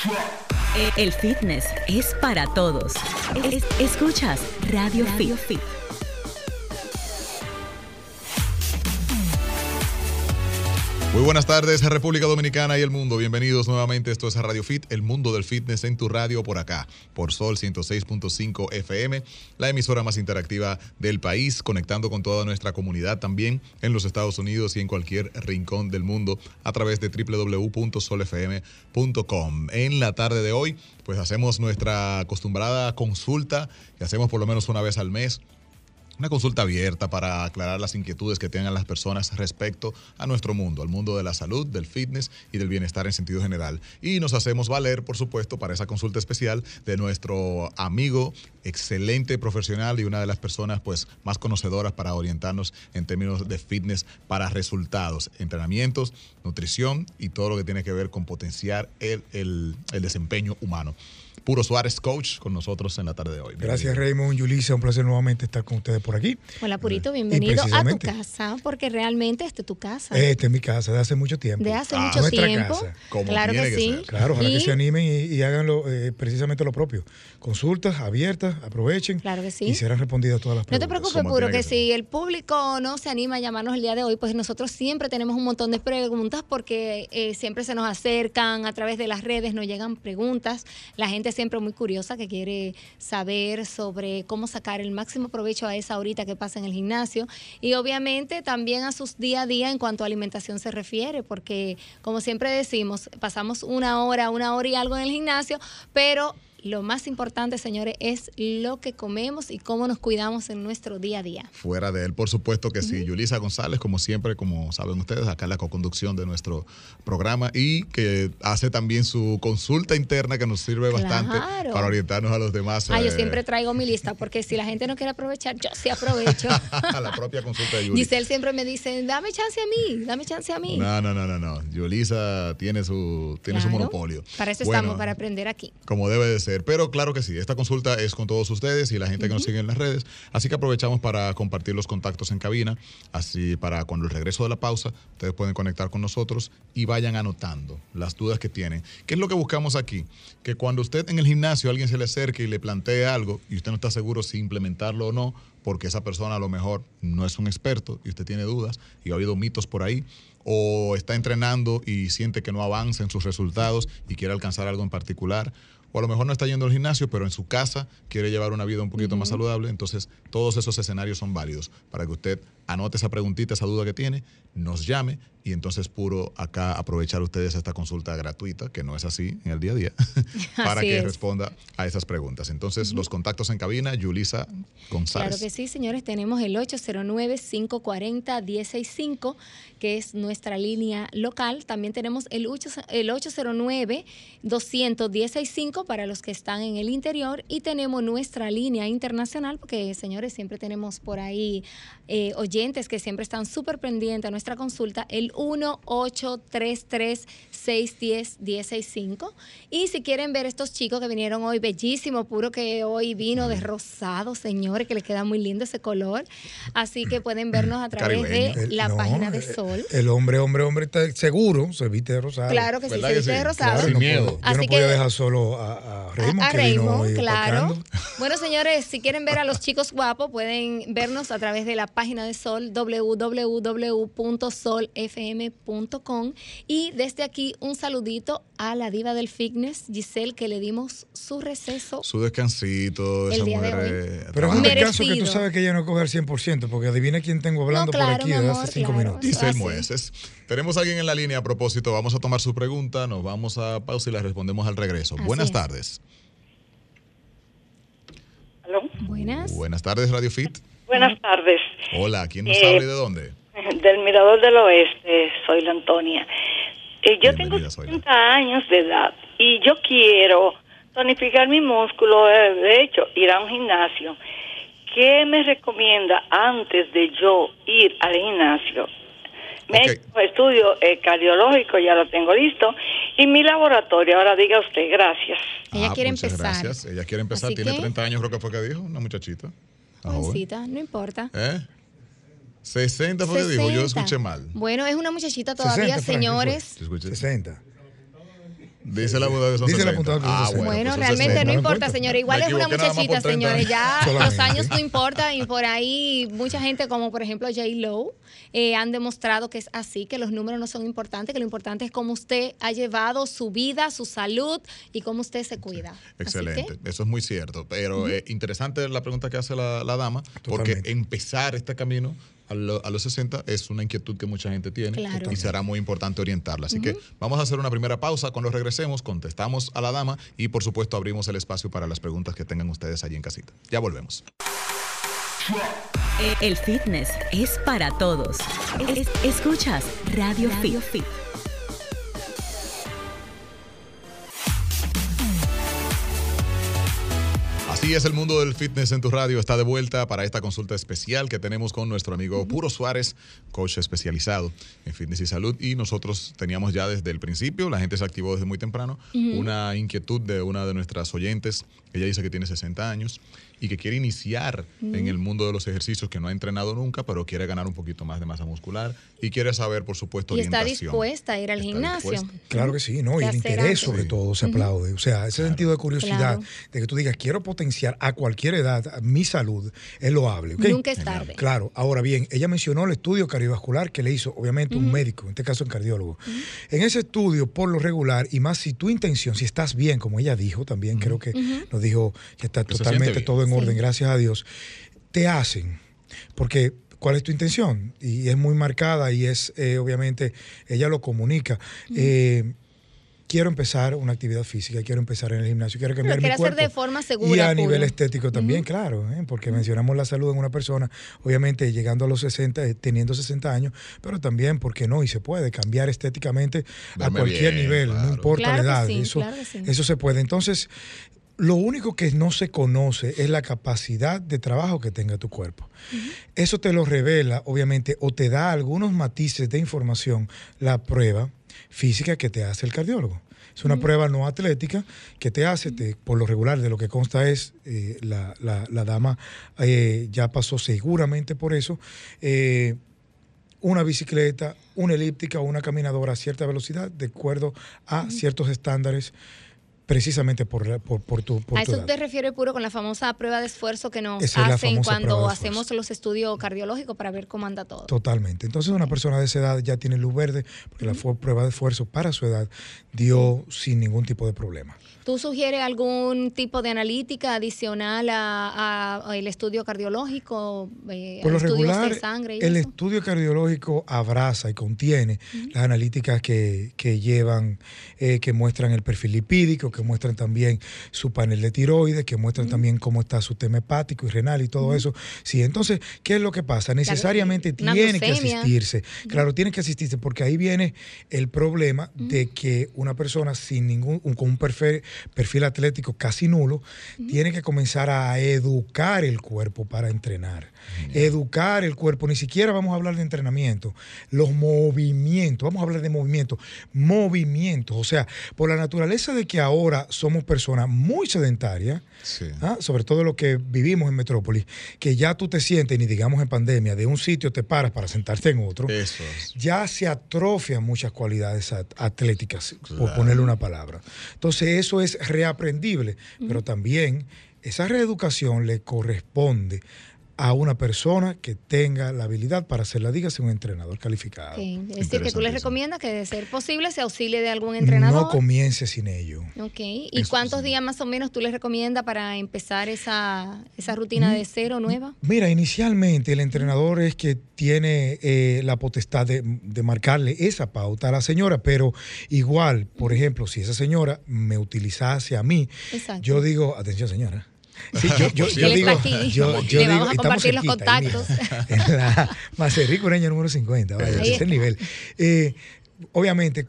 El fitness es para todos. Escuchas Radio Fit. Muy buenas tardes, República Dominicana y el mundo. Bienvenidos nuevamente. Esto es Radio Fit, el mundo del fitness en tu radio por acá, por Sol 106.5 FM, la emisora más interactiva del país, conectando con toda nuestra comunidad también en los Estados Unidos y en cualquier rincón del mundo a través de www.solfm.com. En la tarde de hoy, pues hacemos nuestra acostumbrada consulta que hacemos por lo menos una vez al mes. Una consulta abierta para aclarar las inquietudes que tengan las personas respecto a nuestro mundo, al mundo de la salud, del fitness y del bienestar en sentido general. Y nos hacemos valer, por supuesto, para esa consulta especial de nuestro amigo, excelente profesional y una de las personas pues más conocedoras para orientarnos en términos de fitness para resultados, entrenamientos, nutrición y todo lo que tiene que ver con potenciar el desempeño humano. Puro Suárez, coach, con nosotros en la tarde de hoy. Gracias, Raymond, Yulisa, un placer nuevamente estar con ustedes por aquí. Hola, Purito, bienvenido a tu casa, porque realmente esta es tu casa. Esta es mi casa, de hace mucho tiempo. De hace mucho tiempo. Casa. Claro que sí. Claro, ojalá que se animen y hagan precisamente lo propio. Consultas abiertas, aprovechen. Claro que sí. Y serán respondidas todas las preguntas. No te preocupes, Puro, que si el público no se anima a llamarnos el día de hoy, pues nosotros siempre tenemos un montón de preguntas porque siempre se nos acercan a través de las redes, nos llegan preguntas. La gente siempre muy curiosa que quiere saber sobre cómo sacar el máximo provecho a esa horita que pasa en el gimnasio y obviamente también a sus día a día en cuanto a alimentación se refiere, porque como siempre decimos, pasamos una hora y algo en el gimnasio, pero lo más importante, señores, es lo que comemos y cómo nos cuidamos en nuestro día a día. Fuera de él, por supuesto que sí. Yulisa González, como siempre, como saben ustedes, acá en la coconducción de nuestro programa y que hace también su consulta interna que nos sirve bastante para orientarnos a los demás. Yo siempre traigo mi lista porque si la gente no quiere aprovechar, yo sí aprovecho. La propia consulta de Yulisa. Giselle siempre me dice, dame chance a mí. No. Yulisa tiene su monopolio. Para eso estamos, para aprender aquí. Como debe de ser. Pero claro que sí, esta consulta es con todos ustedes y la gente que nos sigue en las redes. Así que aprovechamos para compartir los contactos en cabina. Así para cuando el regreso de la pausa, ustedes pueden conectar con nosotros y vayan anotando las dudas que tienen. ¿Qué es lo que buscamos aquí? Que cuando usted en el gimnasio alguien se le acerque y le plantee algo y usted no está seguro si implementarlo o no, porque esa persona a lo mejor no es un experto y usted tiene dudas y ha habido mitos por ahí, o está entrenando y siente que no avanza en sus resultados y quiere alcanzar algo en particular, o a lo mejor no está yendo al gimnasio, pero en su casa quiere llevar una vida un poquito más saludable. Entonces, todos esos escenarios son válidos para que usted anote esa preguntita, esa duda que tiene, nos llame y entonces puro acá aprovechar ustedes esta consulta gratuita, que no es así en el día a día, para que responda a esas preguntas. Entonces, los contactos en cabina, Yulisa González. Claro que sí, señores, tenemos el 809-540-165, que es nuestra línea local. También tenemos el 809-200-165 para los que están en el interior y tenemos nuestra línea internacional, porque, señores, siempre tenemos por ahí oyentes que siempre están súper pendientes a nuestra consulta, el 1-833-610-165. Y si quieren ver estos chicos que vinieron hoy, bellísimo, Puro, que hoy vino de rosado, señores, que les queda muy lindo ese color. Así que pueden vernos a través de la página de Sol. El hombre está seguro, se viste de rosado. Claro que sí, se viste de rosado. Claro, yo no podía dejar solo a Raymond. A Raymond, claro. Bueno, señores, si quieren ver a los chicos guapos, pueden vernos a través de la página de Sol, www.solfm.com. Y desde aquí, un saludito a la diva del fitness, Giselle, que le dimos su receso. Su descansito. El día de hoy. Pero es un caso que tú sabes que ella no coge al 100%, porque adivina quién tengo hablando por aquí desde hace 5 minutos. Giselle Mueces. Tenemos a alguien en la línea a propósito. Vamos a tomar su pregunta, nos vamos a pausa y la respondemos al regreso. Buenas tardes. ¿Aló? Buenas tardes, Radio Fit. Buenas tardes. Hola, ¿quién nos habla y de dónde? Del Mirador del Oeste, soy la Antonia. Yo tengo 60 años de edad y yo quiero tonificar mi músculo, de hecho, ir a un gimnasio. ¿Qué me recomienda antes de yo ir al gimnasio? Médico, estudio cardiológico, ya lo tengo listo. Y mi laboratorio, ahora diga usted, gracias. Ella quiere empezar. Gracias. Ella quiere empezar, tiene 30 años, creo que fue que dijo, una muchachita. Jovencita, no importa. 60 fue que dijo, yo escuché mal. Bueno, es una muchachita todavía, 60, señores. 60. Dice la apuntadora que son 60. Bueno, realmente no importa, señores. Igual es una muchachita, señores. Ya los años no importan y por ahí mucha gente, como por ejemplo J-Lo, han demostrado que es así, que los números no son importantes, que lo importante es cómo usted ha llevado su vida, su salud y cómo usted se cuida. Excelente, eso es muy cierto. Pero interesante la pregunta que hace la dama, porque empezar este camino a los 60 es una inquietud que mucha gente tiene y será muy importante orientarla. Así que vamos a hacer una primera pausa. Cuando regresemos, contestamos a la dama y, por supuesto, abrimos el espacio para las preguntas que tengan ustedes allí en casita. Ya volvemos. El fitness es para todos. Escuchas Radio Fit. Así es el mundo del fitness en tu radio. Está de vuelta para esta consulta especial que tenemos con nuestro amigo Puro Suárez, coach especializado en fitness y salud. Y nosotros teníamos ya desde el principio, la gente se activó desde muy temprano, una inquietud de una de nuestras oyentes. Ella dice que tiene 60 años y que quiere iniciar en el mundo de los ejercicios, que no ha entrenado nunca, pero quiere ganar un poquito más de masa muscular y quiere saber, por supuesto, orientación. Y está dispuesta a ir al gimnasio. Claro que sí, ¿no? Y el interés, sobre todo, se aplaude. O sea, ese sentido de curiosidad, de que tú digas, quiero potenciar a cualquier edad mi salud, es loable. ¿Okay? Nunca es tarde. Claro. Ahora bien, ella mencionó el estudio cardiovascular que le hizo, obviamente, un médico, en este caso un cardiólogo. En ese estudio, por lo regular, y más si tu intención, si estás bien, como ella dijo también, creo que nos dijo que está totalmente todo en orden, gracias a Dios, te hacen, porque ¿cuál es tu intención? Y es muy marcada y es, obviamente, ella lo comunica. Quiero empezar una actividad física, quiero empezar en el gimnasio, quiero cambiar mi cuerpo. Hacer de forma segura. Y a nivel estético también, claro, porque mencionamos la salud en una persona, obviamente llegando a los 60, teniendo 60 años, pero también, ¿por qué no? Y se puede cambiar estéticamente a cualquier nivel, no importa la edad. Eso se puede. Entonces, lo único que no se conoce es la capacidad de trabajo que tenga tu cuerpo. Eso te lo revela, obviamente, o te da algunos matices de información la prueba física que te hace el cardiólogo. Es una prueba no atlética que te hace, por lo regular, de lo que consta es, la dama ya pasó seguramente por eso, una bicicleta, una elíptica o una caminadora a cierta velocidad, de acuerdo a ciertos estándares, precisamente por tu ¿A eso edad. te refieres, Puro, con la famosa prueba de esfuerzo que nos hacen cuando hacemos los estudios cardiológicos para ver cómo anda todo? Totalmente. Entonces una persona de esa edad ya tiene luz verde porque la prueba de esfuerzo para su edad dio sin ningún tipo de problema. ¿Tú sugieres algún tipo de analítica adicional a el estudio cardiológico? Por lo regular, de sangre y el eso? estudio cardiológico abraza y contiene las analíticas que llevan, que muestran el perfil lipídico, que muestran también su panel de tiroides, que muestran también cómo está su tema hepático y renal y todo eso. Sí, entonces, ¿qué es lo que pasa? Necesariamente tiene que asistirse. Claro, tiene que asistirse porque ahí viene el problema de que una persona con un perfil atlético casi nulo tiene que comenzar a educar el cuerpo para entrenar. Educar el cuerpo, ni siquiera vamos a hablar de entrenamiento, los movimientos, vamos a hablar de movimientos, o sea, por la naturaleza de que ahora somos personas muy sedentarias, sobre todo lo que vivimos en metrópolis, que ya tú te sientes, ni digamos en pandemia, de un sitio te paras para sentarte en otro, ya se atrofian muchas cualidades atléticas, por ponerle una palabra. Entonces eso es reaprendible, pero también esa reeducación le corresponde a una persona que tenga la habilidad para hacerla, dígase un entrenador calificado. Es decir, que tú le recomiendas que, de ser posible, se auxilie de algún entrenador. No comience sin ello. ¿Y cuántos días más o menos tú le recomiendas para empezar esa rutina de cero nueva? Mira, inicialmente el entrenador es que tiene la potestad de marcarle esa pauta a la señora, pero igual, por ejemplo, si esa señora me utilizase a mí, yo digo, atención señora, sí, yo digo, le vamos a compartir los contactos. En la Macerrí Cureña número 50, vaya, ese es el nivel. Obviamente,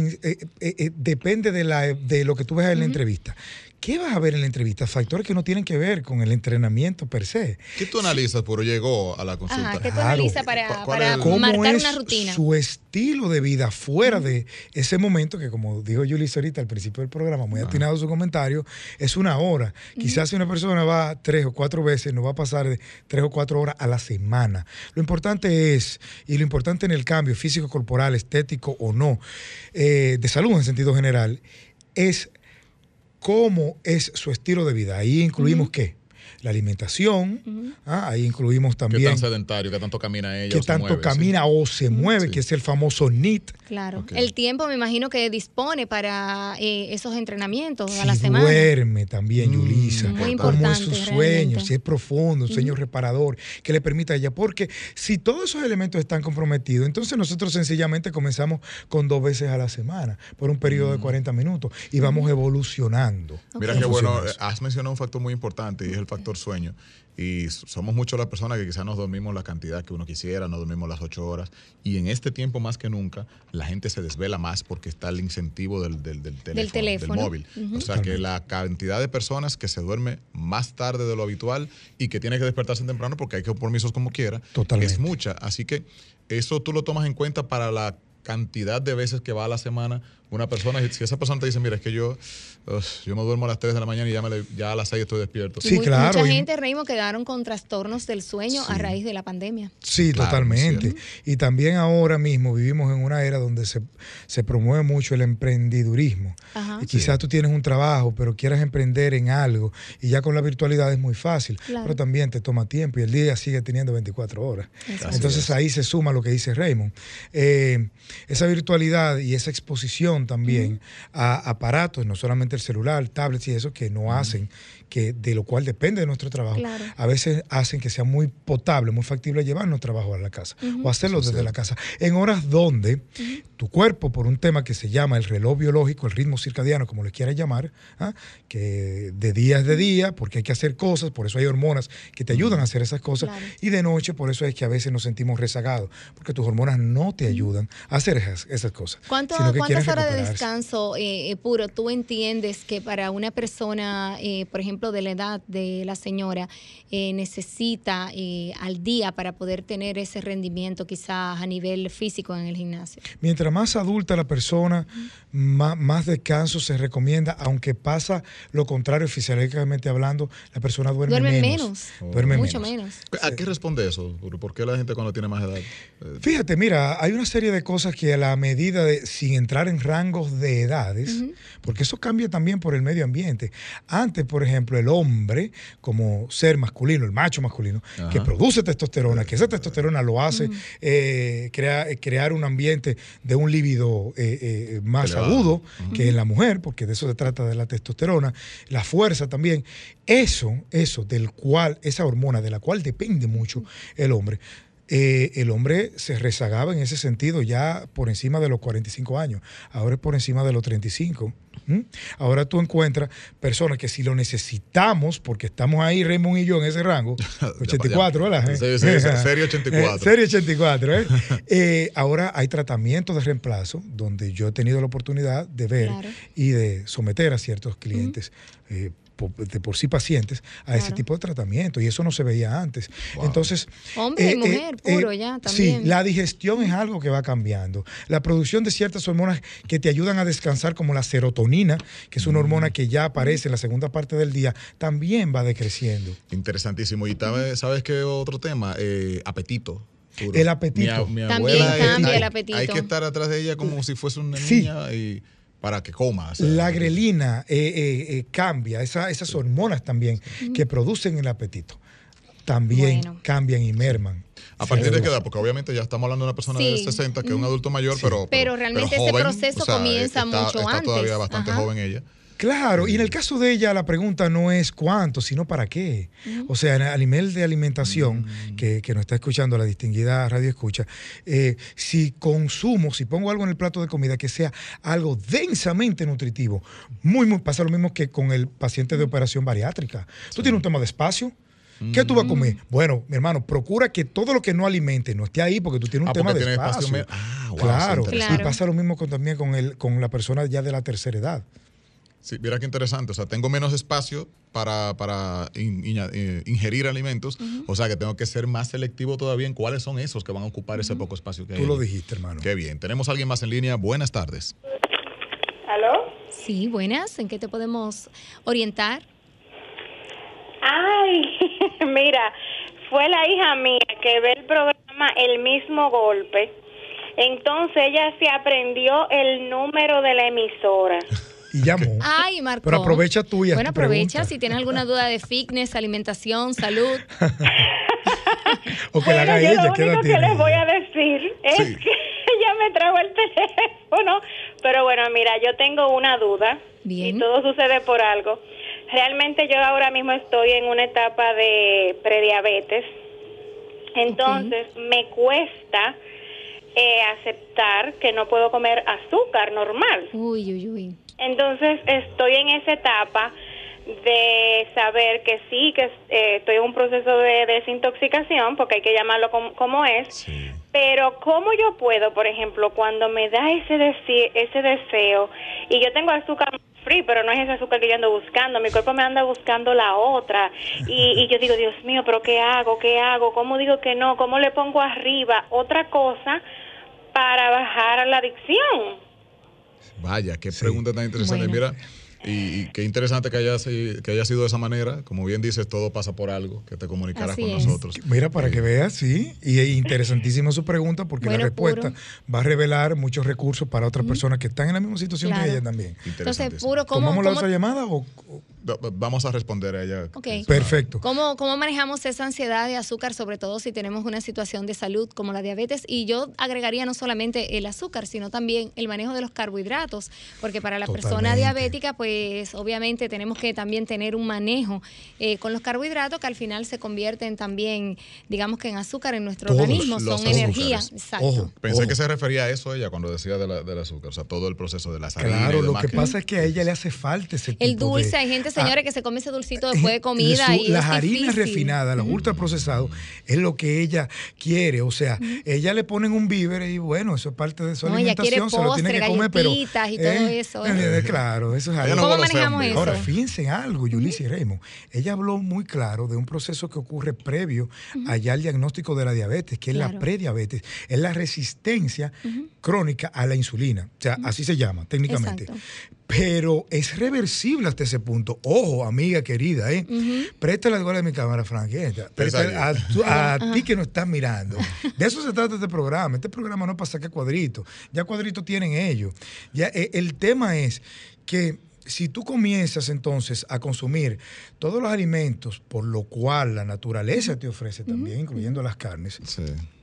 depende de lo que tú veas en la entrevista. ¿Qué vas a ver en la entrevista? Factores que no tienen que ver con el entrenamiento per se. ¿Qué tú analizas, Puro? Llegó a la consulta. ¿Qué tú analizas para marcar una rutina? Su estilo de vida fuera de ese momento, que como dijo Julis ahorita al principio del programa, muy atinado su comentario, es una hora. Quizás si una persona va 3 o 4 veces, no va a pasar de 3 o 4 horas a la semana. Lo importante es, y lo importante en el cambio físico, corporal, estético o no, de salud en sentido general, es cómo es su estilo de vida. Ahí incluimos ¿qué? La alimentación, ahí incluimos también... ¿Qué tan sedentario, qué tanto camina ella? ¿Qué tanto camina o se mueve? Que es el famoso NEAT. Claro. Okay. El tiempo me imagino que dispone para esos entrenamientos a la semana. Duerme también, Yulisa. Muy importante. Cómo es su sueño, realmente. Si es profundo, un sueño reparador, que le permita a ella. Porque si todos esos elementos están comprometidos, entonces nosotros sencillamente comenzamos con 2 veces a la semana, por un periodo de 40 minutos, y vamos evolucionando. Mira qué bueno, has mencionado un factor muy importante, y es el factor sueño. Y somos muchos las personas que quizás nos dormimos la cantidad que uno quisiera, nos dormimos las 8 horas. Y en este tiempo más que nunca, la gente se desvela más porque está el incentivo del teléfono, del móvil. O sea que la cantidad de personas que se duerme más tarde de lo habitual y que tiene que despertarse temprano porque hay compromisos como quiera, es mucha. Así que eso tú lo tomas en cuenta para la cantidad de veces que va a la semana una persona. Si esa persona te dice, mira, es que yo me duermo a las 3 de la mañana y ya a las 6 estoy despierto. Sí, claro. Mucha gente, Raymond, quedaron con trastornos del sueño a raíz de la pandemia. Sí, claro, totalmente. Y también ahora mismo vivimos en una era donde se promueve mucho el emprendedurismo. Y quizás tú tienes un trabajo, pero quieras emprender en algo, y ya con la virtualidad es muy fácil, pero también te toma tiempo y el día sigue teniendo 24 horas. Entonces ahí se suma lo que dice Raymond. Esa virtualidad y esa exposición también a aparatos, no solamente el celular, tablets y eso, que no hacen, que de lo cual depende de nuestro trabajo, a veces hacen que sea muy potable, muy factible llevarnos trabajo a la casa o hacerlo desde la casa, en horas donde tu cuerpo, por un tema que se llama el reloj biológico, el ritmo circadiano, como le quieras llamar, que de día es de día, porque hay que hacer cosas, por eso hay hormonas que te ayudan a hacer esas cosas, y de noche, por eso es que a veces nos sentimos rezagados, porque tus hormonas no te ayudan a hacer esas cosas. ¿Cuántas horas de descanso puro tú entiendes que para una persona, por ejemplo, de la edad de la señora, necesita al día para poder tener ese rendimiento quizás a nivel físico en el gimnasio? Mientras más adulta la persona, más descanso se recomienda, aunque pasa lo contrario, fisiológicamente hablando, la persona duerme menos. Duerme mucho menos. ¿A qué responde eso? ¿Por qué la gente cuando tiene más edad? Fíjate, mira, hay una serie de cosas que a la medida de, sin entrar en rangos de edades, porque eso cambia también por el medio ambiente. Antes, por ejemplo, el hombre, como ser masculino, el macho masculino, que produce testosterona, que esa testosterona lo hace crear un ambiente de un líbido más agudo que en la mujer, porque de eso se trata de la testosterona, la fuerza también. Esa hormona de la cual depende mucho el hombre se rezagaba en ese sentido ya por encima de los 45 años, ahora es por encima de los 35. Ahora tú encuentras personas que si lo necesitamos, porque estamos ahí, Raymond y yo, en ese rango, 84, ¿verdad? Serie 84. Serie 84, ahora hay tratamientos de reemplazo, donde yo he tenido la oportunidad de ver y de someter a ciertos clientes de por sí pacientes a ese tipo de tratamiento, y eso no se veía antes. Entonces, hombre y mujer, puro ya también. Sí, la digestión es algo que va cambiando. La producción de ciertas hormonas que te ayudan a descansar, como la serotonina, que es una hormona que ya aparece en la segunda parte del día, también va decreciendo. Interesantísimo. Y ¿sabes qué otro tema? Apetito. Puro. El apetito. Mi también abuela cambia el apetito. Hay que estar atrás de ella como si fuese una niña y para que coma. O sea, la grelina cambia, esas hormonas también que producen el apetito también cambian y merman. ¿A partir de qué edad? Porque obviamente ya estamos hablando de una persona de 60 que es un adulto mayor, pero realmente joven, ese proceso comienza mucho antes. Está todavía bastante joven ella. Claro, y en el caso de ella la pregunta no es cuánto, sino para qué. O sea, a nivel de alimentación, que nos está escuchando la distinguida radio escucha, si pongo algo en el plato de comida que sea algo densamente nutritivo, pasa lo mismo que con el paciente de operación bariátrica. Tú tienes un tema de espacio. ¿Qué tú vas a comer? Bueno, mi hermano, procura que todo lo que no alimente no esté ahí, porque tú tienes un tema de espacio. Claro. Y pasa lo mismo también con la persona ya de la tercera edad. Sí, mira qué interesante. O sea, tengo menos espacio para ingerir alimentos. O sea, que tengo que ser más selectivo todavía en cuáles son esos que van a ocupar ese poco espacio que hay. Tú lo dijiste, hermano. Qué bien. Tenemos a alguien más en línea. Buenas tardes. ¿Aló? Sí, buenas. ¿En qué te podemos orientar? Ay, mira, fue la hija mía que ve el programa El Mismo Golpe. Entonces ella se aprendió el número de la emisora. Y llamó. Ay, Marco. Pero aprovecha tú y haz Bueno, tu aprovecha pregunta. si tienes alguna duda de fitness, alimentación, salud. O que la haga yo ella, lo ¿qué edad único que tiene les voy ella? a decir es Sí. que ella me trajo el teléfono. Pero bueno, mira, yo tengo una duda. Bien. Y todo sucede por algo. Realmente yo ahora mismo estoy en una etapa de prediabetes. Entonces me cuesta aceptar que no puedo comer azúcar normal. Uy, uy, uy. Entonces estoy en esa etapa de saber que sí, que estoy en un proceso de desintoxicación, porque hay que llamarlo como es. Sí. Pero ¿cómo yo puedo, por ejemplo, cuando me da ese deseo, y yo tengo azúcar free, pero no es ese azúcar que yo ando buscando, mi cuerpo me anda buscando la otra, y yo digo, Dios mío, pero ¿qué hago? ¿Cómo digo que no? ¿Cómo le pongo arriba otra cosa para bajar la adicción? Vaya, qué pregunta tan interesante. Bueno. Mira, y qué interesante que haya sido de esa manera. Como bien dices, todo pasa por algo, que te comunicaras Así con es. nosotros. Mira, para que veas, sí, y es interesantísima su pregunta porque Bueno, la respuesta va a revelar muchos recursos para otras personas que están en la misma situación Claro. que ella también. Entonces, Interesantísimo. Puro, ¿cómo, ¿Tomamos la cómo, otra llamada o...? Vamos a responder a ella. Ok. Perfecto. ¿Cómo manejamos esa ansiedad de azúcar, sobre todo si tenemos una situación de salud como la diabetes? Y yo agregaría no solamente el azúcar, sino también el manejo de los carbohidratos, porque para la persona Totalmente. diabética, pues obviamente tenemos que también tener un manejo con los carbohidratos que al final se convierten también, digamos que en azúcar en nuestro Todos organismo, los son energía. azúcares. Exacto. Ojo. Pensé que se refería a eso ella cuando decía del azúcar, o sea, todo el proceso de las harinas. Claro, y lo demás que pasa es que a ella le hace falta ese tipo El dulce, de... hay gente, señores, que se come ese dulcito después de comida y Las es harinas difícil. refinadas, los ultraprocesados, es lo que ella quiere. O sea, ella le ponen un víver y bueno, eso es parte de su No, ella quiere alimentación, se lo tiene que postre, comer, pero... galletitas y todo eso, Claro, eso es algo. no ¿Cómo vuelve a ser manejamos hombre. eso? Ahora, fíjense en algo, Yulicia y Raymond. Ella habló muy claro de un proceso que ocurre previo allá al diagnóstico de la diabetes, que es la Claro. prediabetes, es la resistencia crónica a la insulina. O sea, así se llama técnicamente. Exacto. Pero es reversible hasta ese punto. Ojo, amiga querida, Préstale la de mi cámara, Frank. Préstale a ti que nos estás mirando. De eso se trata este programa. Este programa no es para sacar cuadritos. Ya cuadritos tienen ellos. Ya, el tema es que si tú comienzas entonces a consumir todos los alimentos, por lo cual la naturaleza te ofrece también, incluyendo las carnes, Sí.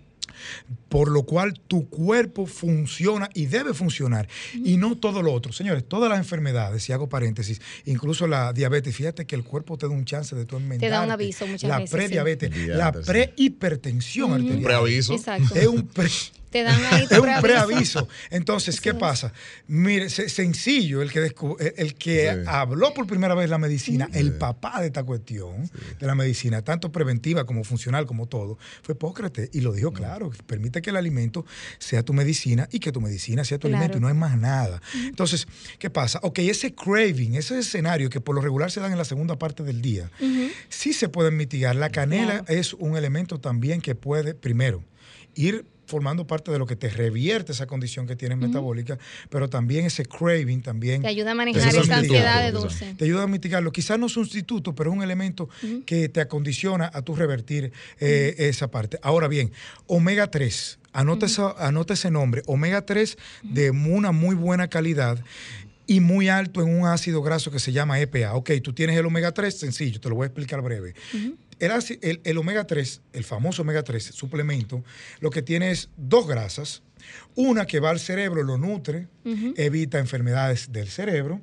por lo cual tu cuerpo funciona y debe funcionar, y no todo lo otro. Señores, todas las enfermedades, si hago paréntesis, incluso la diabetes, fíjate que el cuerpo te da un chance de tu enmendarte. Te da un aviso muchas la veces, sí. prediabetes, Sí. la prehipertensión arterial. Un preaviso. Exacto. Es un Te dan ahí tu es un preaviso. preaviso. Entonces, ¿qué pasa? Mire, sencillo, el que Sí. habló por primera vez la medicina, el papá de esta cuestión, de la medicina, tanto preventiva como funcional, como todo, fue Hipócrates, y lo dijo claro: permite que el alimento sea tu medicina y que tu medicina sea tu Claro. alimento, y no hay más nada. Entonces, ¿qué pasa? Ok, ese craving, ese escenario que por lo regular se dan en la segunda parte del día, sí se pueden mitigar. La canela Claro. es un elemento también que puede, primero, ir formando parte de lo que te revierte esa condición que tienes metabólica, pero también ese craving también Te ayuda a te manejar ayuda a esa mitigar. ansiedad de dulce. Te ayuda a mitigarlo. Quizás no es un sustituto, pero es un elemento que te acondiciona a tu revertir esa parte. Ahora bien, omega 3, anota ese nombre, omega 3 de una muy buena calidad y muy alto en un ácido graso que se llama EPA. Ok, tú tienes el omega 3, sencillo, te lo voy a explicar breve. El omega 3, el famoso omega 3 suplemento, lo que tiene es dos grasas. Una que va al cerebro, lo nutre, evita enfermedades del cerebro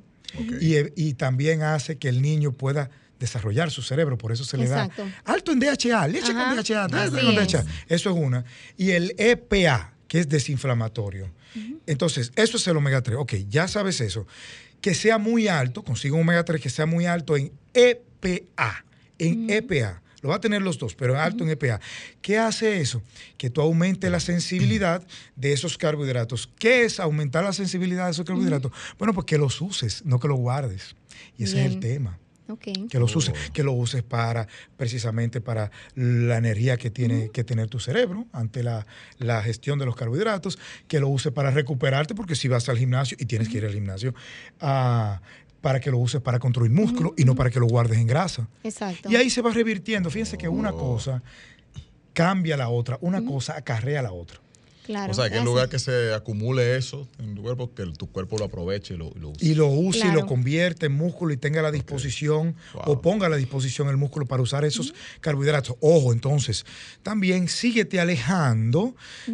y también hace que el niño pueda desarrollar su cerebro, por eso se le Exacto. da alto en DHA, leche Ajá, con DHA, así con es. DHA. Eso es una. Y el EPA, que es desinflamatorio. Entonces, eso es el omega 3. Ok, ya sabes eso. Que sea muy alto, consigue un omega 3 que sea muy alto en EPA. En EPA. Lo va a tener los dos, pero alto en EPA. ¿Qué hace eso? Que tú aumentes la sensibilidad de esos carbohidratos. ¿Qué es aumentar la sensibilidad de esos carbohidratos? Bueno, pues que los uses, no que los guardes. Y ese es el Bien. tema. Ok. Que los uses precisamente para la energía que tiene que tener tu cerebro ante la gestión de los carbohidratos, que lo uses para recuperarte, porque si vas al gimnasio y tienes que ir al gimnasio, para que lo uses para construir músculo y no para que lo guardes en grasa. Exacto. Y ahí se va revirtiendo. Fíjense que una cosa cambia la otra, una cosa acarrea la otra. Claro, o sea, que en lugar que se acumule eso en tu cuerpo, que tu cuerpo lo aproveche y lo use. Y lo use Claro. y lo convierte en músculo y tenga a la disposición o ponga a la disposición el músculo para usar esos carbohidratos. Ojo, entonces, también síguete alejando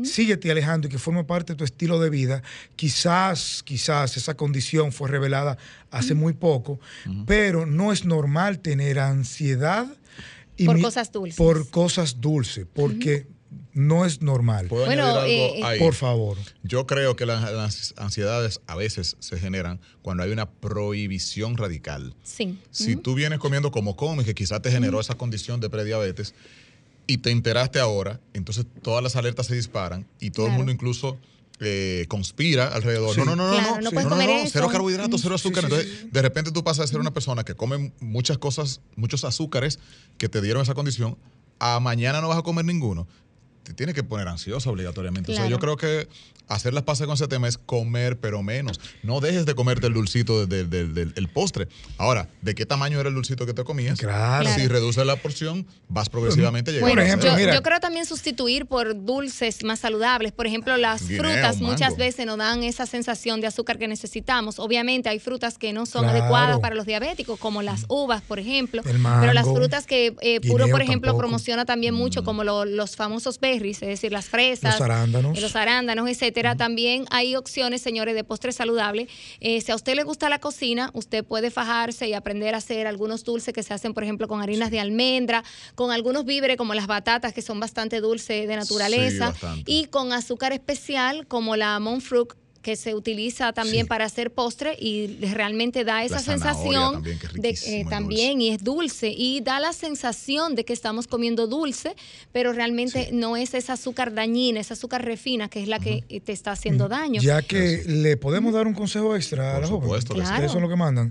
y que forme parte de tu estilo de vida. Quizás esa condición fue revelada hace muy poco, pero no es normal tener ansiedad Por cosas dulces. Por cosas dulces, porque no es normal. ¿Puedo Bueno, añadir algo ahí? Por favor. Yo creo que las ansiedades a veces se generan cuando hay una prohibición radical. Sí. Si tú vienes comiendo como comes, que quizás te generó esa condición de prediabetes, y te enteraste ahora, entonces todas las alertas se disparan y todo el mundo incluso conspira alrededor. Sí. No, Claro, no puedes comer eso. cero carbohidratos, cero azúcar. Sí, sí, Entonces, de repente tú pasas a ser una persona que come muchas cosas, muchos azúcares que te dieron esa condición, a mañana no vas a comer ninguno. Te tienes que poner ansiosa obligatoriamente. Claro. O sea, yo creo que hacer las paces con ese tema es comer, pero menos. No dejes de comerte el dulcito del postre. Ahora, ¿de qué tamaño era el dulcito que te comías? Claro. Si reduces la porción, vas progresivamente llegando. Bueno, Por ejemplo, yo, mira. yo creo también sustituir por dulces más saludables. Por ejemplo, las Guineo, frutas mango. muchas veces nos dan esa sensación de azúcar que necesitamos. Obviamente hay frutas que no son Claro. adecuadas para los diabéticos, como las uvas, por ejemplo. El mango, pero las frutas que Puro, guineo por ejemplo, tampoco. promociona también mucho, como los famosos berries, es decir, las fresas, Los arándanos. etcétera. También hay opciones, señores, de postre saludable. Si a usted le gusta la cocina, usted puede fajarse y aprender a hacer algunos dulces que se hacen, por ejemplo, con harinas de almendra, con algunos víveres como las batatas, que son bastante dulces de naturaleza, bastante. y con azúcar especial como la monk fruit, que se utiliza también para hacer postre y realmente da esa zanahoria sensación también, que es de riquísimo y también y es dulce y da la sensación de que estamos comiendo dulce, pero realmente no es esa azúcar dañina, esa azúcar refina que es la que te está haciendo daño. Ya que le podemos dar un consejo extra a Por la joven. supuesto que sí. Claro. Eso es lo que mandan.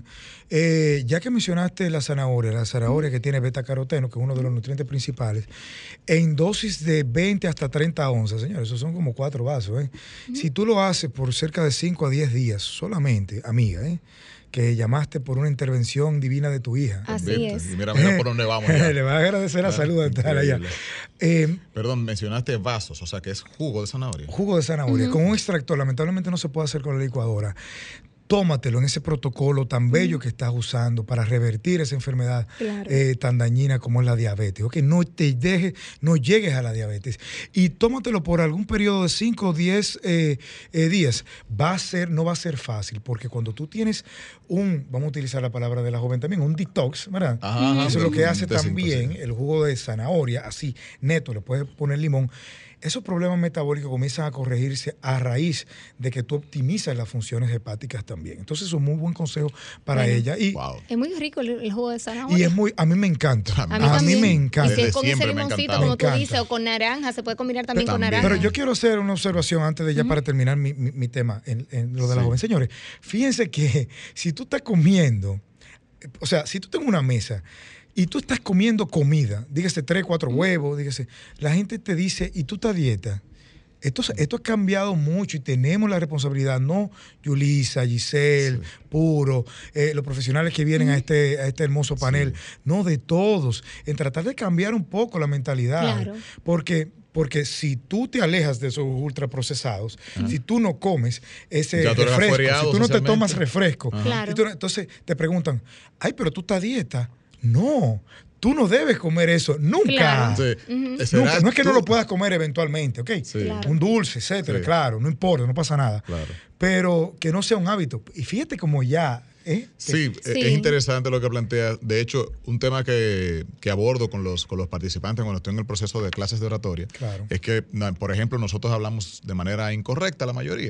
Ya que mencionaste la zanahoria que tiene beta-caroteno, que es uno de los nutrientes principales, en dosis de 20 hasta 30 onzas, señores, eso son como 4 vasos. Si tú lo haces por cerca de 5 a 10 días solamente, amiga, que llamaste por una intervención divina de tu hija. Así ¿Viste? es. Y mira por dónde vamos ya. Le vas a agradecer la salud de estar allá. Increíble. Perdón, mencionaste vasos, o sea que es jugo de zanahoria. Jugo de zanahoria, con un extractor, lamentablemente no se puede hacer con la licuadora. Tómatelo en ese protocolo tan bello que estás usando para revertir esa enfermedad Claro. tan dañina como es la diabetes. ¿Ok? No llegues a la diabetes. Y tómatelo por algún periodo de 5 o 10 días. No va a ser fácil, porque cuando tú tienes vamos a utilizar la palabra de la joven también, un detox, ¿verdad? Ajá, Eso es lo que hace desintoxicación. también el jugo de zanahoria, así, neto, le puedes poner limón. Esos problemas metabólicos comienzan a corregirse a raíz de que tú optimizas las funciones hepáticas también. Entonces es un muy buen consejo para Bueno. ella. Y, Wow. Es muy rico el jugo de zanahoria. y a mí me encanta. A mí A mí también. me Y encanta. si es Desde con ese siempre me ha limoncito, encantado. como Me tú encanta. dices, o con naranja, se puede combinar también con También. naranja. Pero yo quiero hacer una observación antes de ya para terminar mi tema en lo de la Sí. joven. Señores, fíjense que si tú estás comiendo, o sea, si tú tienes una mesa y tú estás comiendo comida, dígase 3, 4 huevos, dígase, la gente te dice, ¿y tú estás a dieta? Esto ha cambiado mucho y tenemos la responsabilidad, no Yulisa, Giselle, Puro, los profesionales que vienen a este hermoso panel, no de todos, en tratar de cambiar un poco la mentalidad. Claro. Porque si tú te alejas de esos ultraprocesados, si tú no comes ese Ya tú eres refresco, afuereado si tú no te socialmente. tomas refresco, Claro. entonces te preguntan, ay, pero tú estás a dieta. No, tú no debes comer eso, nunca. Claro. Sí. Nunca. ¿Será No es que no tú? lo puedas comer eventualmente, ¿ok? Sí. Claro. Un dulce, etcétera, Sí. claro, no importa, no pasa nada. Claro. Pero que no sea un hábito. Y fíjate como ya, Sí, Sí. es interesante lo que planteas. De hecho, un tema que abordo con los participantes cuando estoy en el proceso de clases de oratoria Claro. es que, por ejemplo, nosotros hablamos de manera incorrecta la mayoría.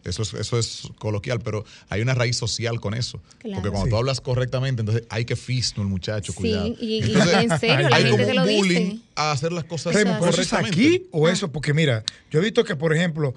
Eso es coloquial, pero hay una raíz social con eso. Claro. Porque cuando Sí. tú hablas correctamente, entonces hay que fisno el muchacho, Sí, cuidado. y Entonces, en serio, la hay gente como te lo un dice. bullying a hacer las cosas Raymond, ¿pero eso es correctamente. aquí o eso? Porque mira, yo he visto que, por ejemplo,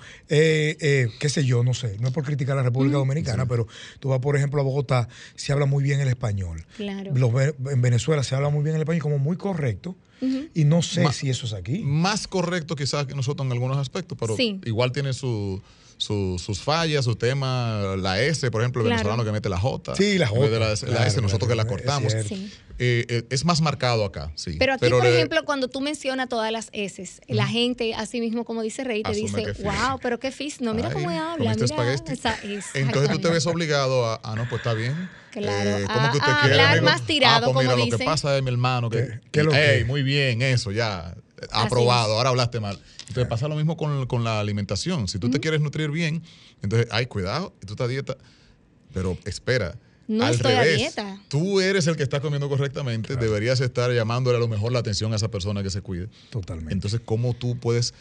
qué sé yo, no sé, no es por criticar a la República Dominicana, pero tú vas, por ejemplo, a Bogotá, se habla muy bien el español. Claro. En Venezuela se habla muy bien el español, como muy correcto. Y no sé si eso es aquí. Más correcto quizás que nosotros en algunos aspectos, pero Sí. igual tiene su sus fallas, sus temas, la S, por ejemplo, el venezolano que mete la J. Sí, la J. La S, nosotros que la cortamos. Es más marcado acá, sí. Pero aquí, por ejemplo, cuando tú mencionas todas las S, la gente, así mismo como dice Rey, te dice, wow, pero qué fis, no, mira cómo habla. Entonces tú te ves obligado a no, pues está bien. Claro, ¿cómo que usted a quiere, hablar amigo? más tirado, pues mira, como lo que pasa es, mi hermano, muy bien, eso, ya, aprobado, ahora hablaste mal. Entonces pasa lo mismo con la alimentación. Si tú te quieres nutrir bien, entonces, cuidado, y tú estás a dieta, pero espera. No al estoy revés, a dieta. Tú eres el que está comiendo correctamente, deberías estar llamándole a lo mejor la atención a esa persona que se cuide. Totalmente. Entonces, ¿cómo tú puedes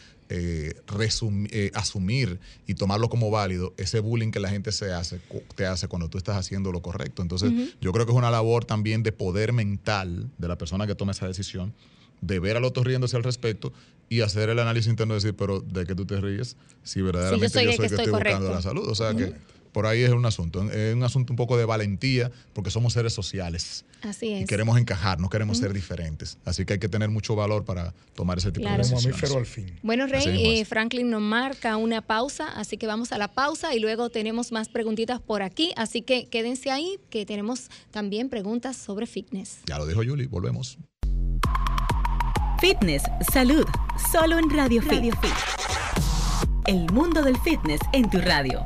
asumir y tomarlo como válido ese bullying que la gente te hace cuando tú estás haciendo lo correcto? Entonces, yo creo que es una labor también de poder mental de la persona que toma esa decisión, de ver al otro riéndose al respecto y hacer el análisis interno de decir, pero ¿de qué tú te ríes? Si verdaderamente yo soy que estoy buscando la salud. O sea que por ahí es un asunto. Es un asunto un poco de valentía, porque somos seres sociales. Así es. Y queremos encajar, no queremos ser diferentes. Así que hay que tener mucho valor para tomar ese tipo de decisiones. Como mamífero al fin. Bueno, Rey, Franklin nos marca una pausa, así que vamos a la pausa y luego tenemos más preguntitas por aquí. Así que quédense ahí, que tenemos también preguntas sobre fitness. Ya lo dijo Julie, volvemos. Fitness, salud, solo en Radio Fit. El mundo del fitness en tu radio.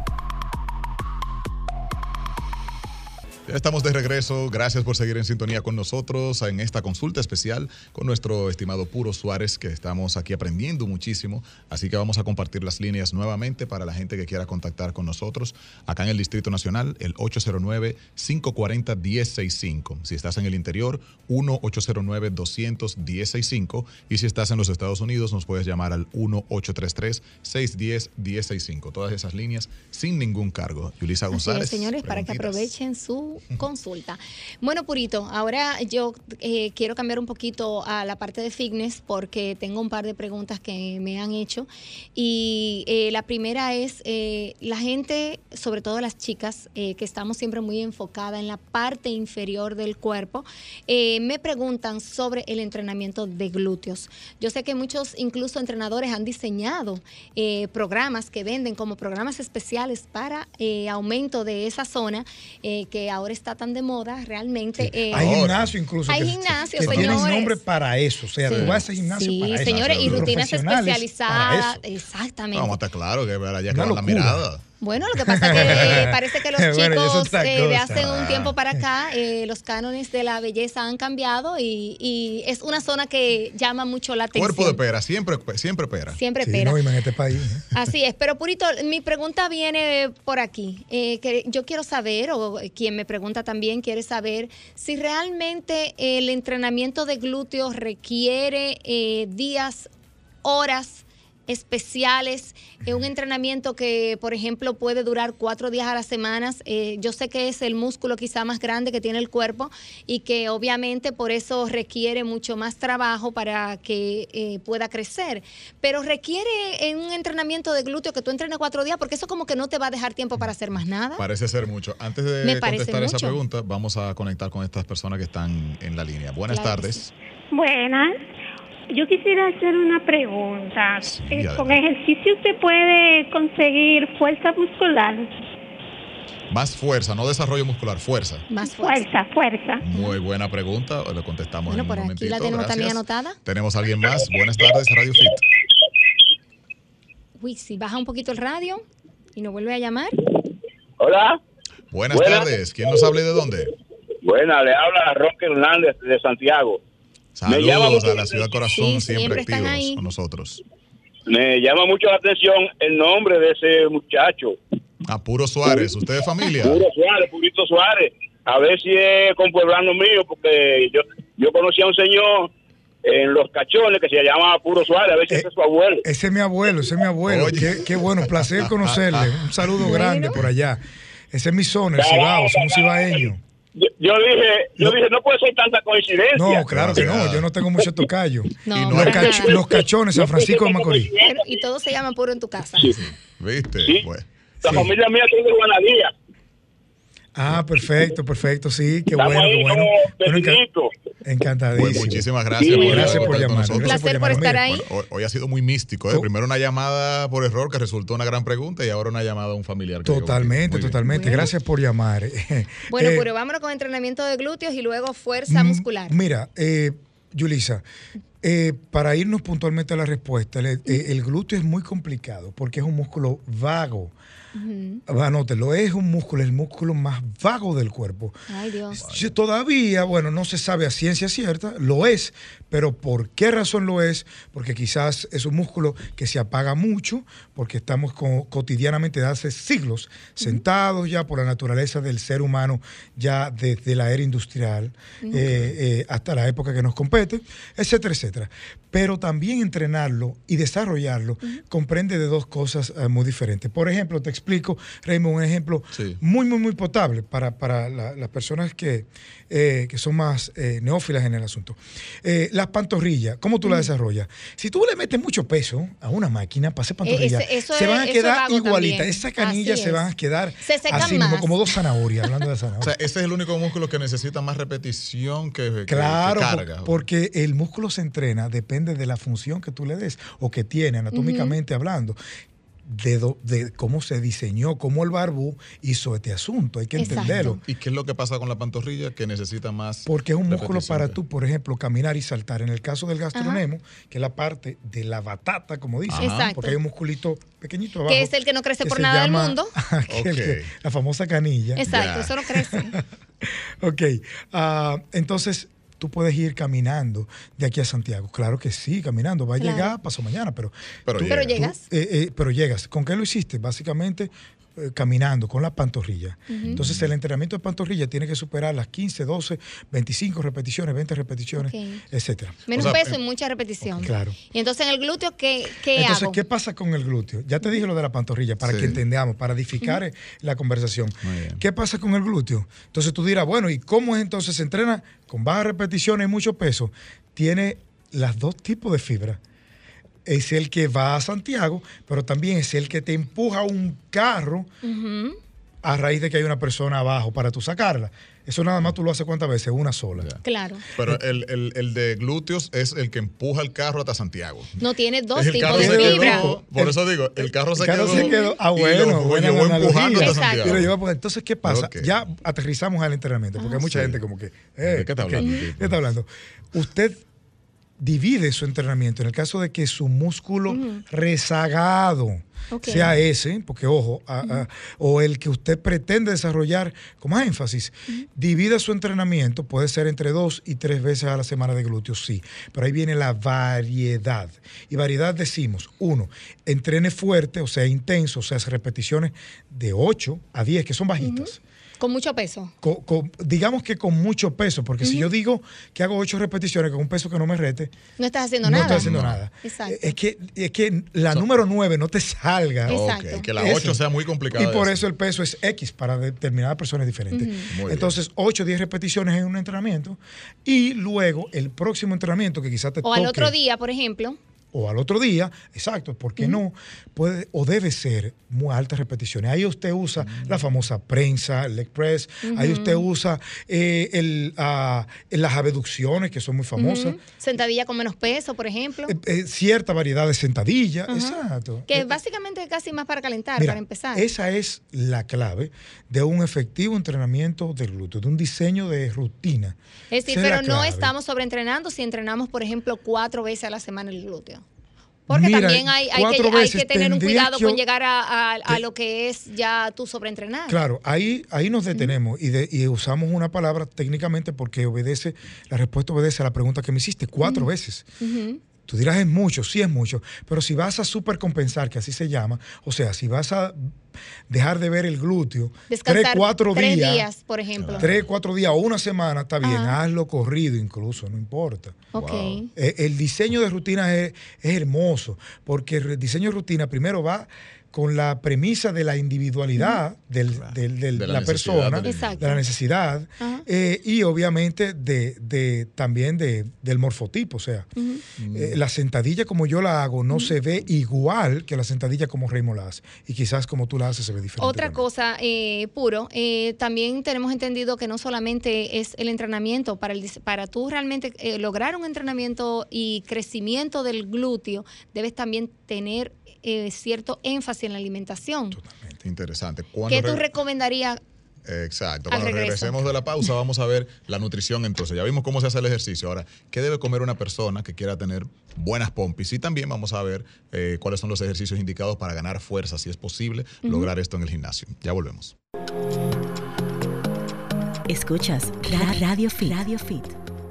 Ya estamos de regreso. Gracias por seguir en sintonía con nosotros en esta consulta especial con nuestro estimado Puro Suárez, que estamos aquí aprendiendo muchísimo. Así que vamos a compartir las líneas nuevamente para la gente que quiera contactar con nosotros. Acá en el Distrito Nacional, el 809-540-1065. Si estás en el interior, 1-809-200-1065. Y si estás en los Estados Unidos, nos puedes llamar al 1-833-610-1065. Todas esas líneas sin ningún cargo. Yulisa González. Así es, señores, para que aprovechen su consulta. Bueno, Purito, ahora yo quiero cambiar un poquito a la parte de fitness porque tengo un par de preguntas que me han hecho y la primera es la gente, sobre todo las chicas, que estamos siempre muy enfocadas en la parte inferior del cuerpo, me preguntan sobre el entrenamiento de glúteos. Yo sé que muchos incluso entrenadores han diseñado programas que venden como programas especiales para aumento de esa zona que ahora está tan de moda realmente. Sí. Hay gimnasio incluso. Hay gimnasio, que señores. Tienen nombre para eso. O sea, tú vas a ese gimnasio para eso. Sí, señores, y rutinas especializadas. Para eso. Exactamente. Vamos a estar claro que para allá que va la mirada. Bueno, lo que pasa es que parece que los chicos de hace un tiempo para acá, los cánones de la belleza han cambiado y es una zona que llama mucho la atención. Cuerpo de pera, siempre pera. Siempre sí, pera. No, en este país. Así es, pero Purito, mi pregunta viene por aquí. Que yo quiero saber, o quien me pregunta también quiere saber, si realmente el entrenamiento de glúteos requiere días, horas especiales, un entrenamiento que, por ejemplo, puede durar 4 días a la semana. Yo sé que es el músculo quizá más grande que tiene el cuerpo y que obviamente por eso requiere mucho más trabajo para que pueda crecer, pero requiere un entrenamiento de glúteo que tú entrenes 4 días, porque eso como que no te va a dejar tiempo para hacer más nada. Parece ser mucho. Antes de contestar esa pregunta, vamos a conectar con estas personas que están en la línea. Buenas tardes. Sí. Buenas. Yo quisiera hacer una pregunta. Sí, ¿Con ejercicio se puede conseguir fuerza muscular? Más fuerza, no desarrollo muscular, fuerza. Más fuerza. Muy buena pregunta, le contestamos en un momentito. Bueno, por aquí la tenemos también anotada. ¿Tenemos a alguien más? Buenas tardes, Radio Fit. Uy, si baja un poquito el radio y nos vuelve a llamar. Hola. Buenas tardes. ¿Quién nos habla y de dónde? Buena, le habla Roque Hernández de Santiago. Saludos a la Ciudad Corazón, sí, siempre están activos ahí con nosotros. Me llama mucho la atención el nombre de ese muchacho. A Puro Suárez, ¿usted es familia? Puro Suárez, Purito Suárez. A ver si es compueblano mío, porque yo conocí a un señor en Los Cachones que se llamaba Puro Suárez, a ver si ese es su abuelo. Ese es mi abuelo. Qué bueno, placer conocerle. Un saludo grande por allá. Ese es mi zona, el Cibao, somos cibaeños. Yo dije, no puede ser tanta coincidencia. No, claro que no, yo no tengo mucho tocayo. No, los Cachones, San Francisco de Macorís. Y todos se llaman Puro en tu casa. Sí. ¿Viste? Sí. Pues, la familia mía tiene Guanadía. Ah, perfecto, sí, qué Estamos bueno, ahí qué bueno. como Bueno, pequeñitos. encantadísimo. Pues muchísimas gracias. Sí, gracias por llamar. nosotros. Un placer por estar ahí. Bueno, hoy ha sido muy místico. Oh. Primero una llamada por error que resultó una gran pregunta y ahora una llamada a un familiar. Que llegó Totalmente, contigo. Muy bien. totalmente. Bueno. Gracias por llamar. Bueno, pero vámonos con entrenamiento de glúteos y luego fuerza muscular. Mira, Yulisa, para irnos puntualmente a la respuesta, el glúteo es muy complicado porque es un músculo vago. Anótelo, es un músculo, el músculo más vago del cuerpo. Ay, Dios. Todavía, bueno, no se sabe a ciencia cierta, lo es, pero ¿por qué razón lo es? Porque quizás es un músculo que se apaga mucho, porque estamos cotidianamente de hace siglos sentados ya por la naturaleza del ser humano, ya desde la era industrial hasta la época que nos compete, etcétera, etcétera. Pero también entrenarlo y desarrollarlo comprende de dos cosas muy diferentes. Por ejemplo, te explico, Raymond, un ejemplo muy potable para las personas que son más neófilas en el asunto. Las pantorrillas, ¿cómo tú las desarrollas? Si tú le metes mucho peso a una máquina para hacer pantorrillas, se van a quedar igualitas. Esas canillas se van a quedar así mismo, como dos zanahorias, hablando de zanahorias. O sea, ese es el único músculo que necesita más repetición que carga. Porque el músculo se entrena, depende de la función que tú le des o que tiene anatómicamente hablando. De cómo se diseñó, cómo el Barbú hizo este asunto, hay que entenderlo. ¿Y qué es lo que pasa con la pantorrilla que necesita más? Porque es un músculo para tú, por ejemplo, caminar y saltar. En el caso del gastronemo, que es la parte de la batata, como dicen, porque hay un musculito pequeñito abajo. Que es el que no crece por nada del mundo. La famosa canilla. Exacto, eso no crece. Entonces, tú puedes ir caminando de aquí a Santiago. Claro que sí, caminando. Va a llegar pasado mañana, pero llegas. Pero llegas. ¿Con qué lo hiciste? Básicamente caminando, con la pantorrilla. Entonces, el entrenamiento de pantorrilla tiene que superar las 15, 12, 25 repeticiones, 20 repeticiones, etcétera. Menos peso y mucha repetición. Claro. Y entonces, en el glúteo, ¿qué entonces, hago? ¿qué pasa con el glúteo? Ya te dije lo de la pantorrilla, para que entendamos, para edificar la conversación. ¿Qué pasa con el glúteo? Entonces, tú dirás, bueno, ¿y cómo es entonces? Se entrena con bajas repeticiones y mucho peso. Tiene los dos tipos de fibra. Es el que va a Santiago, pero también es el que te empuja un carro a raíz de que hay una persona abajo para tú sacarla. Eso nada más tú lo haces ¿cuántas veces? Una sola. Claro. Pero el de glúteos es el que empuja el carro hasta Santiago. No, tiene dos El tipos carro de se fibra. quedó, por eso digo, el carro se quedó. Bueno, y lo llevó empujando hasta Santiago. Entonces, ¿qué pasa? Ya aterrizamos al entrenamiento, porque hay mucha gente como que... ¿De qué está hablando? ¿Qué está hablando? Usted divide su entrenamiento en el caso de que su músculo rezagado sea ese, porque ojo, o el que usted pretende desarrollar con más énfasis, divide su entrenamiento, puede ser entre 2 y 3 veces a la semana de glúteos, sí, pero ahí viene la variedad. Y variedad decimos, 1, entrene fuerte, o sea, intenso, o sea, repeticiones de 8 a 10, que son bajitas. Con mucho peso. Digamos que con mucho peso, porque si yo digo que hago 8 repeticiones con un peso que no me rete, no estás haciendo nada. No estoy haciendo nada. Exacto. Es que la número 9 no te salga. Exacto. Que la 8 sea muy complicada. Y por eso el peso es X para determinadas personas diferentes. Entonces, 8 o 10 repeticiones en un entrenamiento y luego el próximo entrenamiento que quizás te toque. O al otro día, por ejemplo. O al otro día, exacto, ¿por qué no? Puede o debe ser muy altas repeticiones. Ahí usted usa la famosa prensa, el leg press, ahí usted usa las abducciones, que son muy famosas. Sentadilla con menos peso, por ejemplo. Cierta variedad de sentadilla, exacto. Que básicamente casi más para calentar, mira, para empezar. Esa es la clave de un efectivo entrenamiento del glúteo, de un diseño de rutina. Es decir, pero no estamos sobreentrenando si entrenamos, por ejemplo, 4 veces a la semana el glúteo. Porque también hay que tener un cuidado con llegar a lo que es ya tu sobreentrenar. Claro, ahí nos detenemos y usamos una palabra técnicamente porque la respuesta obedece a la pregunta que me hiciste 4 veces. Tú dirás, es mucho, sí es mucho, pero si vas a supercompensar, que así se llama, o sea, si vas a dejar de ver el glúteo, descansar 3-4 días. 3 días, por ejemplo. 3-4 días o una semana, está bien, hazlo corrido incluso, no importa. Okay. El diseño de rutina es hermoso, porque el diseño de rutina primero va con la premisa de la individualidad de la persona, de la necesidad, y obviamente también del morfotipo. O sea, la sentadilla como yo la hago no se ve igual que la sentadilla como Raymond la hace. Y quizás como tú la haces se ve diferente. Otra cosa, Puro, también tenemos entendido que no solamente es el entrenamiento, para tú realmente lograr un entrenamiento y crecimiento del glúteo, debes también tener cierto énfasis en la alimentación. Totalmente interesante. ¿Qué tú recomendarías? Exacto. Cuando regresemos de la pausa vamos a ver la nutrición entonces. Ya vimos cómo se hace el ejercicio. Ahora, ¿qué debe comer una persona que quiera tener buenas pompis? Y también vamos a ver cuáles son los ejercicios indicados para ganar fuerza, si es posible lograr esto en el gimnasio. Ya volvemos. Escuchas Radio Fit. Radio Fit.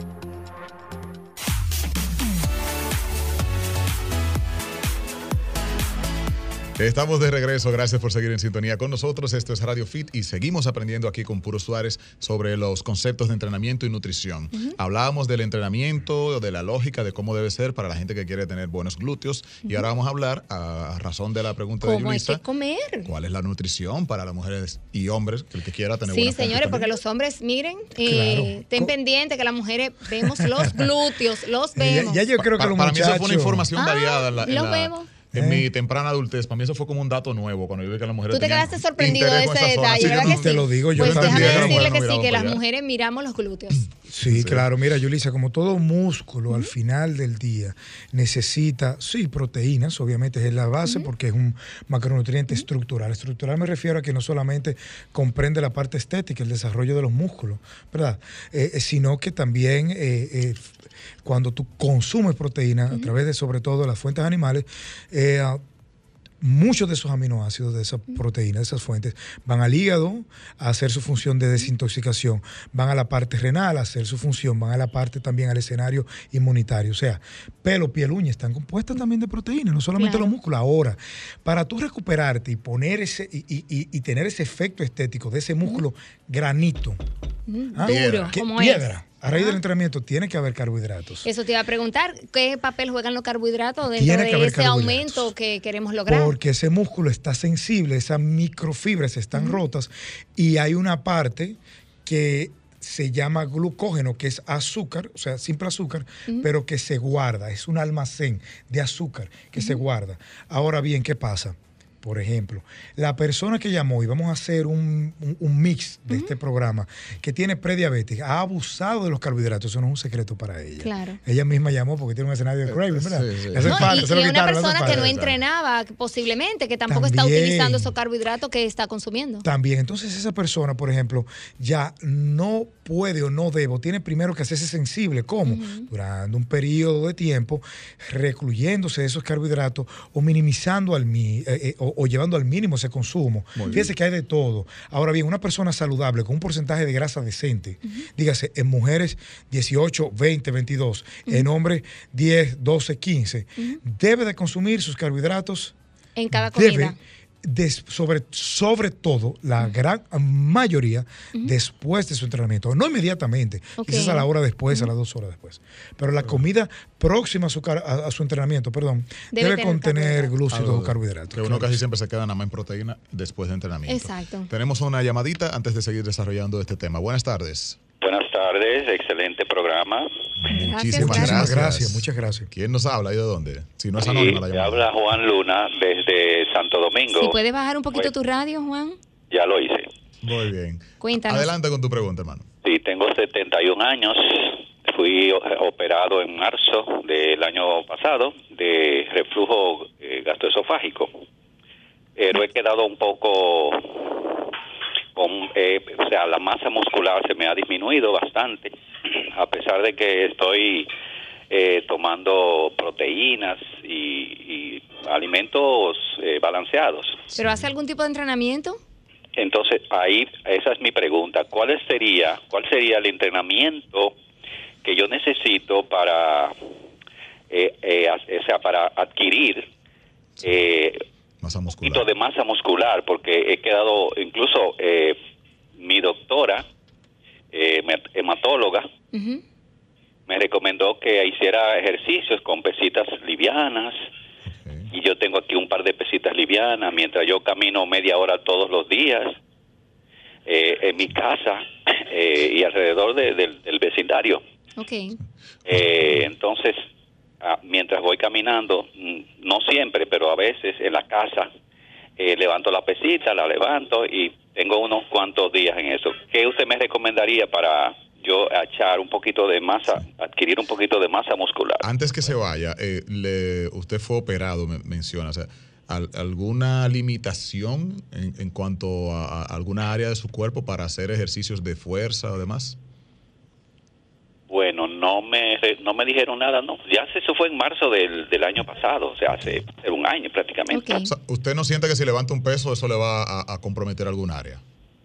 Estamos de regreso, gracias por seguir en sintonía con nosotros. Esto es Radio Fit y seguimos aprendiendo aquí con Puro Suárez sobre los conceptos de entrenamiento y nutrición. Hablábamos del entrenamiento, de la lógica, de cómo debe ser para la gente que quiere tener buenos glúteos y ahora vamos a hablar, a razón de la pregunta de Yulisa, ¿cómo hay que comer? ¿Cuál es la nutrición para las mujeres y hombres, el que quiera tener buenas pompis? Sí, señores, porque los hombres, miren, estén pendientes que las mujeres vemos los glúteos, los vemos. Ya yo creo que para mí eso fue una información variada. Los vemos. En mi temprana adultez, para mí eso fue como un dato nuevo cuando yo vi que las mujeres. Tú te quedaste sorprendido de ese detalle, ¿verdad que sí? Te lo digo yo pues también. Déjame decirle que sí, que las mujeres miramos los glúteos. Sí, claro. Mira, Yulisa, como todo músculo al final del día necesita, proteínas, obviamente es la base porque es un macronutriente estructural. Estructural me refiero a que no solamente comprende la parte estética, el desarrollo de los músculos, ¿verdad? Sino que también cuando tú consumes proteínas a través de, sobre todo, las fuentes animales, muchos de esos aminoácidos, de esas proteínas, de esas fuentes, van al hígado a hacer su función de desintoxicación, van a la parte renal a hacer su función, van a la parte también al escenario inmunitario. O sea, pelo, piel, uña están compuestas también de proteínas, no solamente los músculos. Ahora, para tú recuperarte y poner y tener ese efecto estético de ese músculo granito, duro, como piedra. A raíz del entrenamiento tiene que haber carbohidratos. Eso te iba a preguntar, ¿qué papel juegan los carbohidratos dentro de ese aumento que queremos lograr? Porque ese músculo está sensible, esas microfibras están rotas y hay una parte que se llama glucógeno, que es azúcar, o sea, simple azúcar, pero que se guarda, es un almacén de azúcar que se guarda. Ahora bien, ¿qué pasa? Por ejemplo, la persona que llamó, y vamos a hacer un mix de este programa, que tiene prediabetes, ha abusado de los carbohidratos, eso no es un secreto para ella. Claro. Ella misma llamó porque tiene un escenario de craving, ¿verdad? Sí. Y una persona que no entrenaba posiblemente, que tampoco está utilizando esos carbohidratos que está consumiendo. También, entonces esa persona, por ejemplo, ya no puede o no debe, tiene primero que hacerse sensible. ¿Cómo? Durante un periodo de tiempo, recluyéndose de esos carbohidratos o minimizando o llevando al mínimo ese consumo. Fíjese que hay de todo. Ahora bien, una persona saludable con un porcentaje de grasa decente, dígase, en mujeres 18, 20, 22, en hombres 10, 12, 15, debe de consumir sus carbohidratos en cada comida. Sobre todo, la gran mayoría después de su entrenamiento, no inmediatamente, quizás a la hora después, a las 2 horas después. Pero la comida próxima a su entrenamiento, debe contener glúcidos o carbohidratos. Que uno casi siempre se queda nada más en proteína después de entrenamiento. Exacto. Tenemos una llamadita antes de seguir desarrollando este tema. Buenas tardes. Buenas tardes, excelente programa. Muchísimas gracias. Muchas gracias. ¿Quién nos habla y de dónde? Si no es anónima la llamada. Habla Juan Luna desde Santo Domingo. Si puedes bajar un poquito tu radio, Juan. Ya lo hice. Muy bien. Cuéntanos. Adelante con tu pregunta, hermano. Sí, tengo 71 años. Fui operado en marzo del año pasado de reflujo gastroesofágico. Pero he quedado un poco... o sea, la masa muscular se me ha disminuido bastante, a pesar de que estoy tomando proteínas y alimentos balanceados. ¿Pero hace algún tipo de entrenamiento? Entonces, ahí, esa es mi pregunta. ¿Cuál sería el entrenamiento que yo necesito para para adquirir masa un muscular. poquito de masa muscular? Porque he quedado, incluso mi doctora, hematóloga, me recomendó que hiciera ejercicios con pesitas livianas, y yo tengo aquí un par de pesitas livianas mientras yo camino media hora todos los días en mi casa y alrededor del vecindario. Okay. Entonces, mientras voy caminando, no siempre, pero a veces en la casa, levanto la pesita, la levanto y tengo unos cuantos días en eso. ¿Qué usted me recomendaría para yo echar un poquito de masa, adquirir un poquito de masa muscular? Antes que se vaya, usted fue operado, menciona, o sea, ¿alguna limitación en cuanto a alguna área de su cuerpo para hacer ejercicios de fuerza o demás? Bueno, no me dijeron nada, no. Ya eso fue en marzo del año pasado, o sea, hace un año prácticamente. Okay. O sea, ¿usted no siente que si levanta un peso eso le va a comprometer algún área?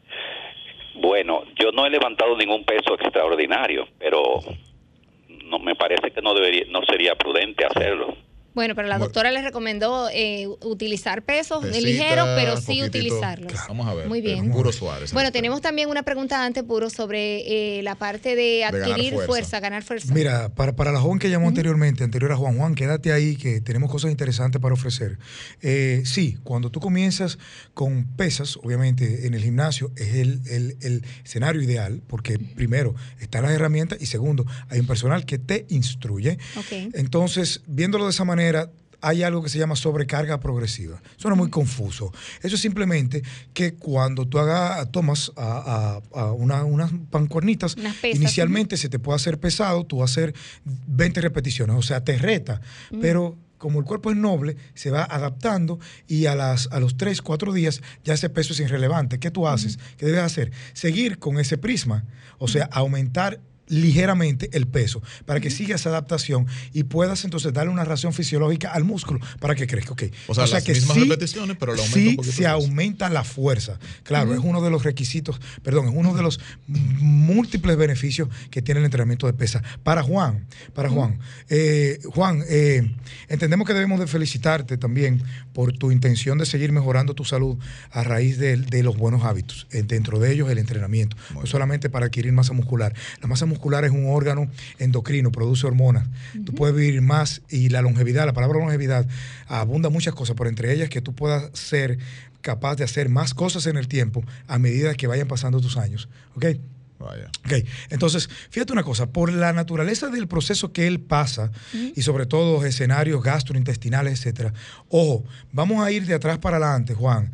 Bueno, yo no he levantado ningún peso extraordinario, pero no me parece que no sería prudente hacerlo. Bueno, pero la doctora les recomendó utilizar pesos ligeros, pero sí utilizarlos. Claro. Vamos a ver. Muy bien. Puro Suárez. Bueno, tenemos también una pregunta antes, Puro, sobre la parte de adquirir fuerza, ganar fuerza. Mira, para la joven que llamó anterior a Juan, quédate ahí que tenemos cosas interesantes para ofrecer. Sí, cuando tú comienzas con pesas, obviamente en el gimnasio es el escenario ideal, porque primero están las herramientas y segundo, hay un personal que te instruye. Okay. Entonces, viéndolo de esa manera, hay algo que se llama sobrecarga progresiva. Suena muy confuso. Eso es simplemente que cuando tú tomas unas pancuernitas, inicialmente se te puede hacer pesado, tú vas a hacer 20 repeticiones, o sea, te reta, pero como el cuerpo es noble, se va adaptando y a los 3, 4 días ya ese peso es irrelevante. ¿Qué tú haces? ¿Qué debes hacer? Seguir con ese prisma, o sea, aumentar ligeramente el peso para que siga esa adaptación y puedas entonces darle una reacción fisiológica al músculo para que crezca. Okay. O sea las que mismas sí, repeticiones, pero le aumenta un poquito se aumenta la fuerza. Claro, es uno de los requisitos, es uno de los múltiples beneficios que tiene el entrenamiento de pesa. Para Juan, entendemos que debemos de felicitarte también por tu intención de seguir mejorando tu salud a raíz de los buenos hábitos, dentro de ellos el entrenamiento, no solamente para adquirir masa muscular. La masa muscular es un órgano endocrino, produce hormonas. Tú puedes vivir más y la longevidad, la palabra longevidad, abunda muchas cosas, pero entre ellas que tú puedas ser capaz de hacer más cosas en el tiempo a medida que vayan pasando tus años. ¿Ok? Vaya. Ok, entonces, fíjate una cosa, por la naturaleza del proceso que él pasa y sobre todo escenarios gastrointestinales, etcétera. Ojo, vamos a ir de atrás para adelante, Juan.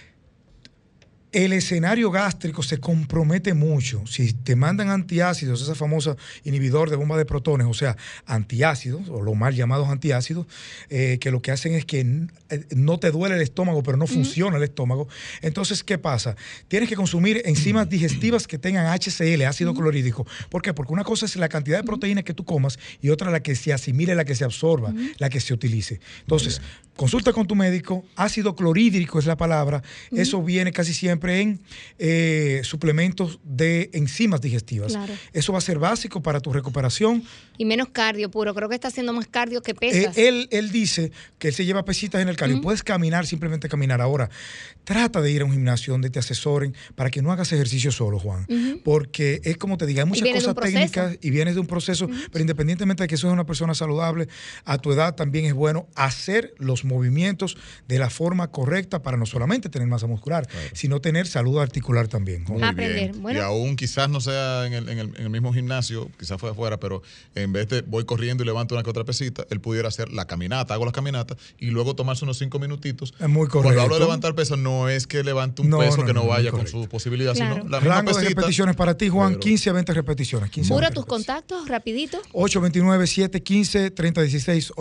El escenario gástrico se compromete mucho. Si te mandan antiácidos, ese famoso inhibidor de bomba de protones, o sea, antiácidos, o los mal llamados antiácidos, que lo que hacen es que no te duele el estómago, pero no funciona el estómago. Entonces, ¿qué pasa? Tienes que consumir enzimas digestivas que tengan HCl, ácido clorhídrico. ¿Por qué? Porque una cosa es la cantidad de proteínas que tú comas y otra la que se asimile, la que se absorba, la que se utilice. Entonces, consulta con tu médico. Ácido clorhídrico es la palabra. Eso viene casi siempre en suplementos de enzimas digestivas. Claro. Eso va a ser básico para tu recuperación. Y menos cardio, Puro. Creo que está haciendo más cardio que pesas. Él dice que él se lleva pesitas en el cardio. Puedes caminar, simplemente caminar. Ahora, trata de ir a un gimnasio donde te asesoren para que no hagas ejercicio solo, Juan. Porque es como te diga, hay muchas cosas técnicas y vienes de un proceso, pero independientemente de que seas una persona saludable, a tu edad también es bueno hacer los movimientos de la forma correcta para no solamente tener masa muscular, sino tener salud articular también. Muy bien. Bueno. Y aún quizás no sea en el mismo gimnasio, quizás fue afuera, pero en vez de voy corriendo y levanto una que otra pesita, él pudiera hacer la caminata, hago la caminata y luego tomarse unos 5 minutitos. Es muy correcto. Cuando hablo de levantar peso, no es que levante un peso que no vaya con su posibilidad, sino la misma rango pesita. De repeticiones para ti, Juan, 15 a 20 repeticiones. Puro, tus contactos, rapidito. 829-715-3016,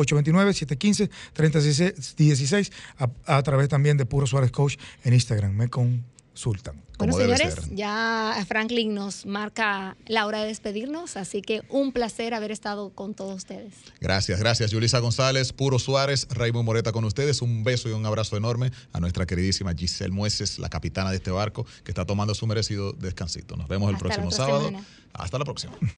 829-715-3016, a través también de Puro Suárez Coach en Instagram. Me consultan. Bueno, señores, ya Franklin nos marca la hora de despedirnos, así que un placer haber estado con todos ustedes. Gracias. Yulisa González, Puro Suárez, Raymond Moreta con ustedes. Un beso y un abrazo enorme a nuestra queridísima Giselle Mueces, la capitana de este barco, que está tomando su merecido descansito. Nos vemos el próximo sábado. Hasta la próxima.